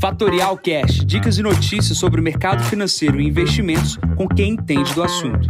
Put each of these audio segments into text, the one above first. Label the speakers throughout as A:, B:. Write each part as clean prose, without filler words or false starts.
A: Fatorial Cash, dicas e notícias sobre o mercado financeiro e investimentos com quem entende do assunto.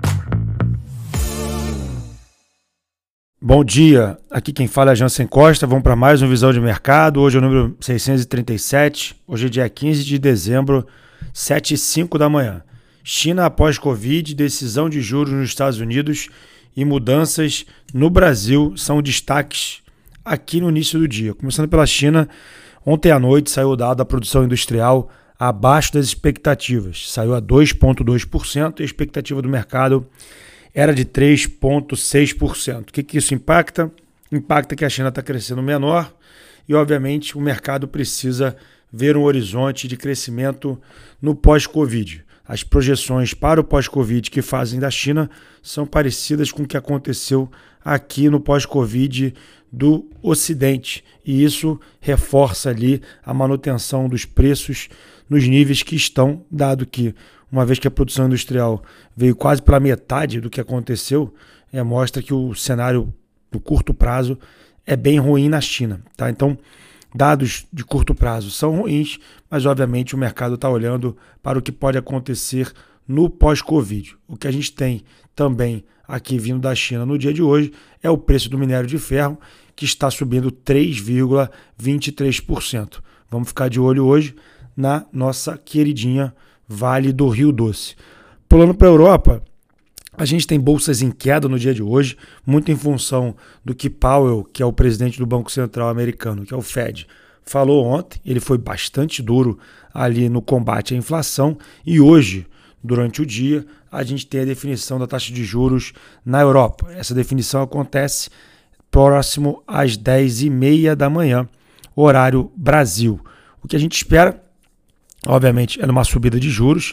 B: Bom dia, aqui quem fala é Jansen Costa, vamos para mais uma Visão de Mercado, hoje é o número 637, hoje é dia 15 de dezembro, 7h05 da manhã. China após Covid, decisão de juros nos Estados Unidos e mudanças no Brasil são destaques aqui no início do dia. Começando pela China, ontem à noite saiu o dado da produção industrial abaixo das expectativas, saiu a 2,2% e a expectativa do mercado era de 3,6%. O que isso impacta? Impacta que a China está crescendo menor e, obviamente, o mercado precisa ver um horizonte de crescimento no pós-Covid. As projeções para o pós-Covid que fazem da China são parecidas com o que aconteceu aqui no pós-Covid do Ocidente. E isso reforça ali a manutenção dos preços nos níveis que estão, dado que uma vez que a produção industrial veio quase pela metade do que aconteceu, mostra que o cenário do curto prazo é bem ruim na China. Tá? Então, dados de curto prazo são ruins, mas obviamente o mercado está olhando para o que pode acontecer no pós-Covid. O que a gente tem também aqui vindo da China no dia de hoje é o preço do minério de ferro, que está subindo 3,23%. Vamos ficar de olho hoje na nossa queridinha Vale do Rio Doce. Pulando para a Europa, a gente tem bolsas em queda no dia de hoje, muito em função do que Powell, que é o presidente do Banco Central americano, que é o Fed, falou ontem. Ele foi bastante duro ali no combate à inflação e hoje, durante o dia, a gente tem a definição da taxa de juros na Europa. Essa definição acontece próximo às 10h30 da manhã, horário Brasil. O que a gente espera, obviamente, é numa subida de juros,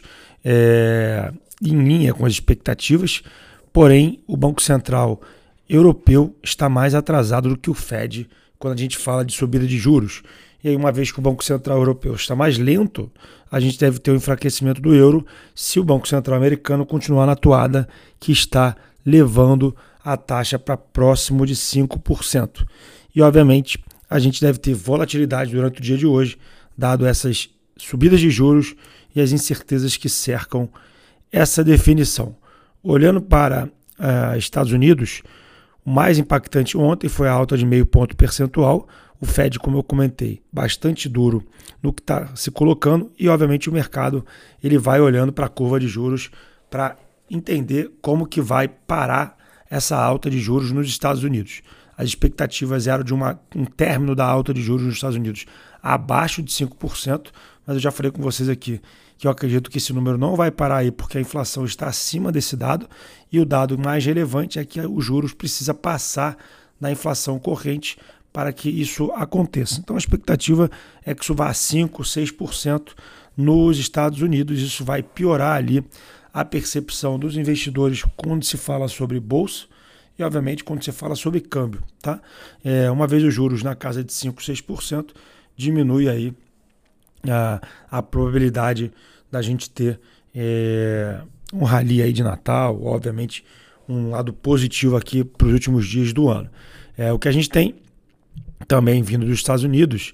B: em linha com as expectativas, porém o Banco Central Europeu está mais atrasado do que o Fed quando a gente fala de subida de juros. E aí, uma vez que o Banco Central Europeu está mais lento, a gente deve ter um enfraquecimento do euro se o Banco Central americano continuar na toada que está levando a taxa para próximo de 5%. E, obviamente, a gente deve ter volatilidade durante o dia de hoje, dado essas subidas de juros e as incertezas que cercam essa definição. Olhando para Estados Unidos, o mais impactante ontem foi a alta de 0,5 ponto percentual. O Fed, como eu comentei, bastante duro no que está se colocando e, obviamente, o mercado ele vai olhando para a curva de juros para entender como que vai parar essa alta de juros nos Estados Unidos. As expectativas eram de um término da alta de juros nos Estados Unidos abaixo de 5%, mas eu já falei com vocês aqui que eu acredito que esse número não vai parar aí porque a inflação está acima desse dado e o dado mais relevante é que os juros precisa passar da inflação corrente para que isso aconteça. Então a expectativa é que isso vá a 5%, 6% nos Estados Unidos. Isso vai piorar ali a percepção dos investidores quando se fala sobre bolsa e, obviamente, quando se fala sobre câmbio. Tá? Uma vez os juros na casa de 5%, 6%, diminui aí a probabilidade da gente ter um rally aí de Natal, obviamente um lado positivo aqui para os últimos dias do ano. O que a gente tem também vindo dos Estados Unidos,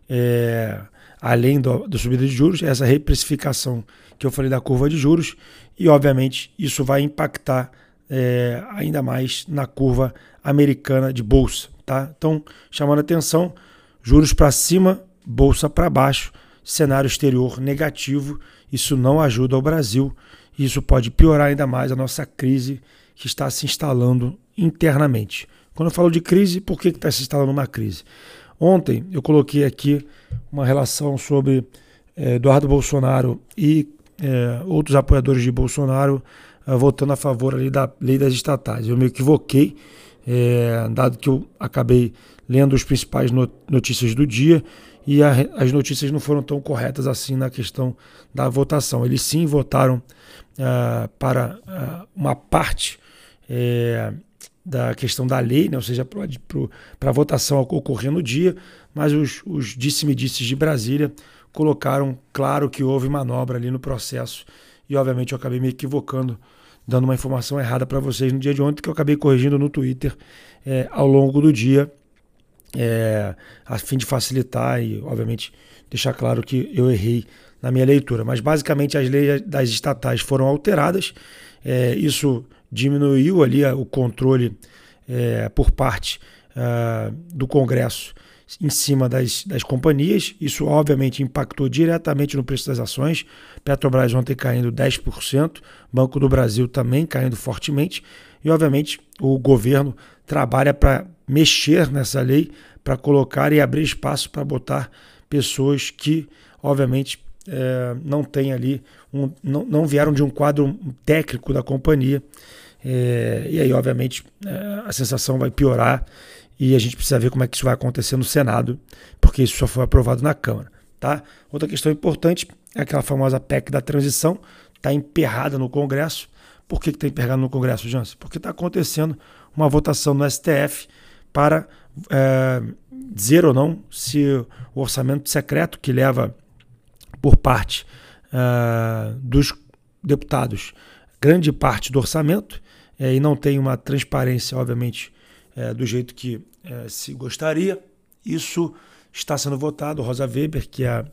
B: além da subida de juros, essa reprecificação que eu falei da curva de juros e, obviamente, isso vai impactar ainda mais na curva americana de bolsa. Tá? Então, chamando a atenção, juros para cima, bolsa para baixo, cenário exterior negativo, isso não ajuda o Brasil e isso pode piorar ainda mais a nossa crise que está se instalando internamente. Quando eu falo de crise, por que está se instalando uma crise? Ontem eu coloquei aqui uma relação sobre Eduardo Bolsonaro e outros apoiadores de Bolsonaro votando a favor ali da lei das estatais. Eu me equivoquei, dado que eu acabei lendo as principais notícias do dia e as notícias não foram tão corretas assim na questão da votação. Eles sim votaram para uma parte da questão da lei, né? Ou seja, para a votação ocorrer no dia, mas os disse-me-disses de Brasília colocaram claro que houve manobra ali no processo e, obviamente, eu acabei me equivocando, dando uma informação errada para vocês no dia de ontem, que eu acabei corrigindo no Twitter ao longo do dia. a fim de facilitar e, obviamente, deixar claro que eu errei na minha leitura. Mas, basicamente, as leis das estatais foram alteradas. Isso diminuiu ali o controle por parte do Congresso em cima das companhias. Isso, obviamente, impactou diretamente no preço das ações. Petrobras ontem caindo 10%, Banco do Brasil também caindo fortemente. E, obviamente, o governo trabalha para mexer nessa lei, para colocar e abrir espaço para botar pessoas que, obviamente, não têm ali, não vieram de um quadro técnico da companhia. E aí, obviamente, a sensação vai piorar e a gente precisa ver como é que isso vai acontecer no Senado, porque isso só foi aprovado na Câmara. Tá? Outra questão importante é aquela famosa PEC da transição, está emperrada no Congresso. Por que está emperrada no Congresso, Jansen? Porque está acontecendo uma votação no STF para dizer ou não se o orçamento secreto que leva por parte dos deputados grande parte do orçamento e não tem uma transparência, obviamente, do jeito que se gostaria. Isso está sendo votado. Rosa Weber, que é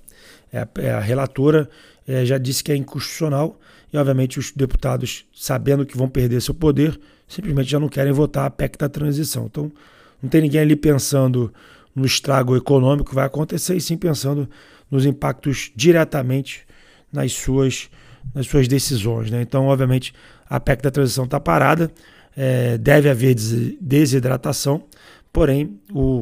B: a relatora, já disse que é inconstitucional e, obviamente, os deputados, sabendo que vão perder seu poder, simplesmente já não querem votar a PEC da transição. Então, não tem ninguém ali pensando no estrago econômico que vai acontecer, e sim pensando nos impactos diretamente nas suas decisões, né? Então, obviamente, a PEC da transição está parada, deve haver desidratação, porém, o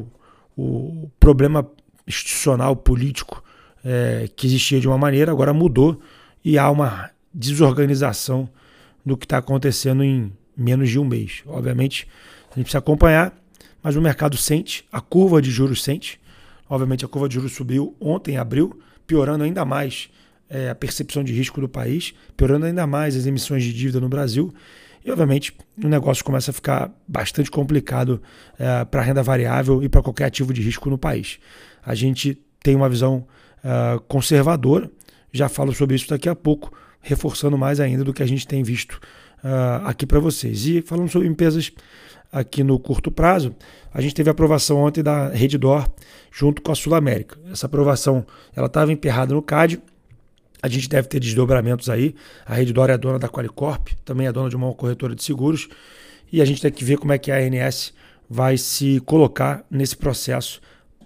B: problema institucional, político, que existia de uma maneira, agora mudou e há uma desorganização do que está acontecendo em menos de um mês. Obviamente, a gente precisa acompanhar, mas o mercado sente, a curva de juros sente. Obviamente, a curva de juros subiu ontem, em abril, piorando ainda mais a percepção de risco do país, piorando ainda mais as emissões de dívida no Brasil. E, obviamente, o negócio começa a ficar bastante complicado para a renda variável e para qualquer ativo de risco no país. A gente tem uma visão conservadora, já falo sobre isso daqui a pouco, reforçando mais ainda do que a gente tem visto aqui para vocês. E falando sobre empresas aqui no curto prazo, a gente teve a aprovação ontem da Redditor junto com a Sul América. Essa aprovação estava emperrada no CAD. A gente deve ter desdobramentos aí. A Redditor é dona da Qualicorp, também é dona de uma corretora de seguros. E a gente tem que ver como é que a ANS vai se colocar nesse processo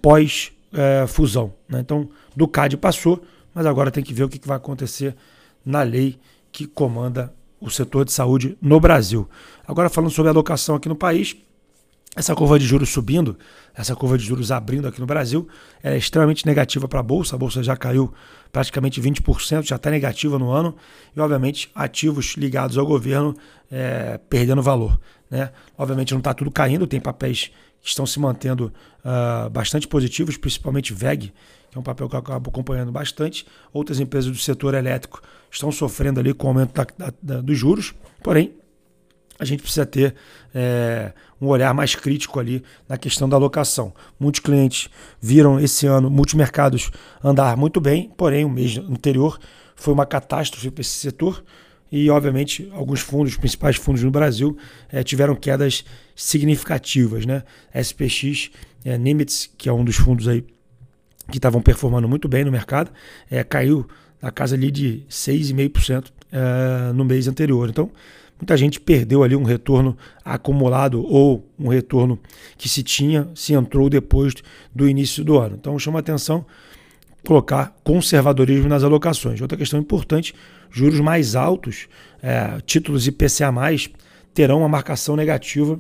B: pós-fusão, né? Então, do CAD passou, mas agora tem que ver o que vai acontecer na lei que comanda o setor de saúde no Brasil. Agora, falando sobre a alocação aqui no país, essa curva de juros subindo, essa curva de juros abrindo aqui no Brasil, é extremamente negativa para a Bolsa já caiu praticamente 20%, já está negativa no ano, e obviamente ativos ligados ao governo perdendo valor, né? Obviamente não está tudo caindo, tem papéis que estão se mantendo bastante positivos, principalmente VEG, que é um papel que eu acabo acompanhando bastante. Outras empresas do setor elétrico estão sofrendo ali com o aumento dos juros, porém, a gente precisa ter um olhar mais crítico ali na questão da alocação. Muitos clientes viram esse ano multimercados andar muito bem, porém o mês anterior foi uma catástrofe para esse setor e, obviamente, alguns fundos, os principais fundos no Brasil, tiveram quedas significativas, né? SPX, Nimitz, que é um dos fundos aí que estavam performando muito bem no mercado, caiu na casa ali de 6,5% no mês anterior. Então, muita gente perdeu ali um retorno acumulado ou um retorno que se entrou depois do início do ano. Então, chama a atenção colocar conservadorismo nas alocações. Outra questão importante, juros mais altos, títulos IPCA+, terão uma marcação negativa,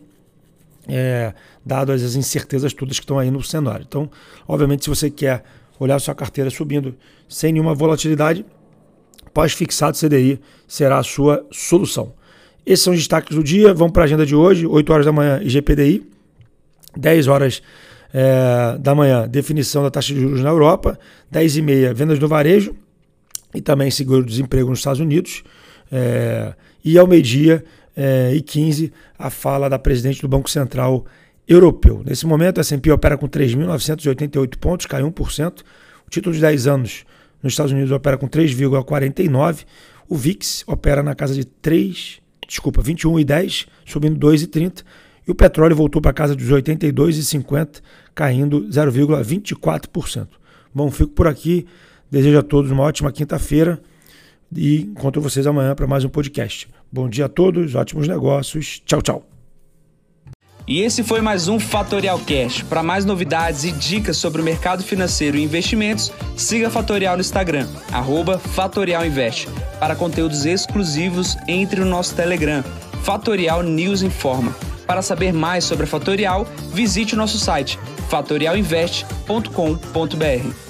B: dado as incertezas todas que estão aí no cenário. Então, obviamente, se você quer olhar a sua carteira subindo sem nenhuma volatilidade, pós-fixado CDI será a sua solução. Esses são os destaques do dia. Vamos para a agenda de hoje. 8 horas da manhã, IGPDI. 10 horas da manhã, definição da taxa de juros na Europa. 10h30, vendas no varejo. E também seguro-desemprego nos Estados Unidos. E ao meio-dia e 15, a fala da presidente do Banco Central Europeu. Nesse momento, a S&P opera com 3.988 pontos, cai 1%. O título de 10 anos nos Estados Unidos opera com 3,49%. O VIX opera na casa de 21,10, subindo 2,30%. E o petróleo voltou para casa dos 82,50, caindo 0,24%. Bom, fico por aqui. Desejo a todos uma ótima quinta-feira e encontro vocês amanhã para mais um podcast. Bom dia a todos, ótimos negócios. Tchau, tchau.
A: E esse foi mais um Fatorial Cash. Para mais novidades e dicas sobre o mercado financeiro e investimentos, siga a Fatorial no Instagram, @FatorialInvest. Para conteúdos exclusivos, entre no nosso Telegram, Fatorial News Informa. Para saber mais sobre a Fatorial, visite o nosso site, fatorialinvest.com.br.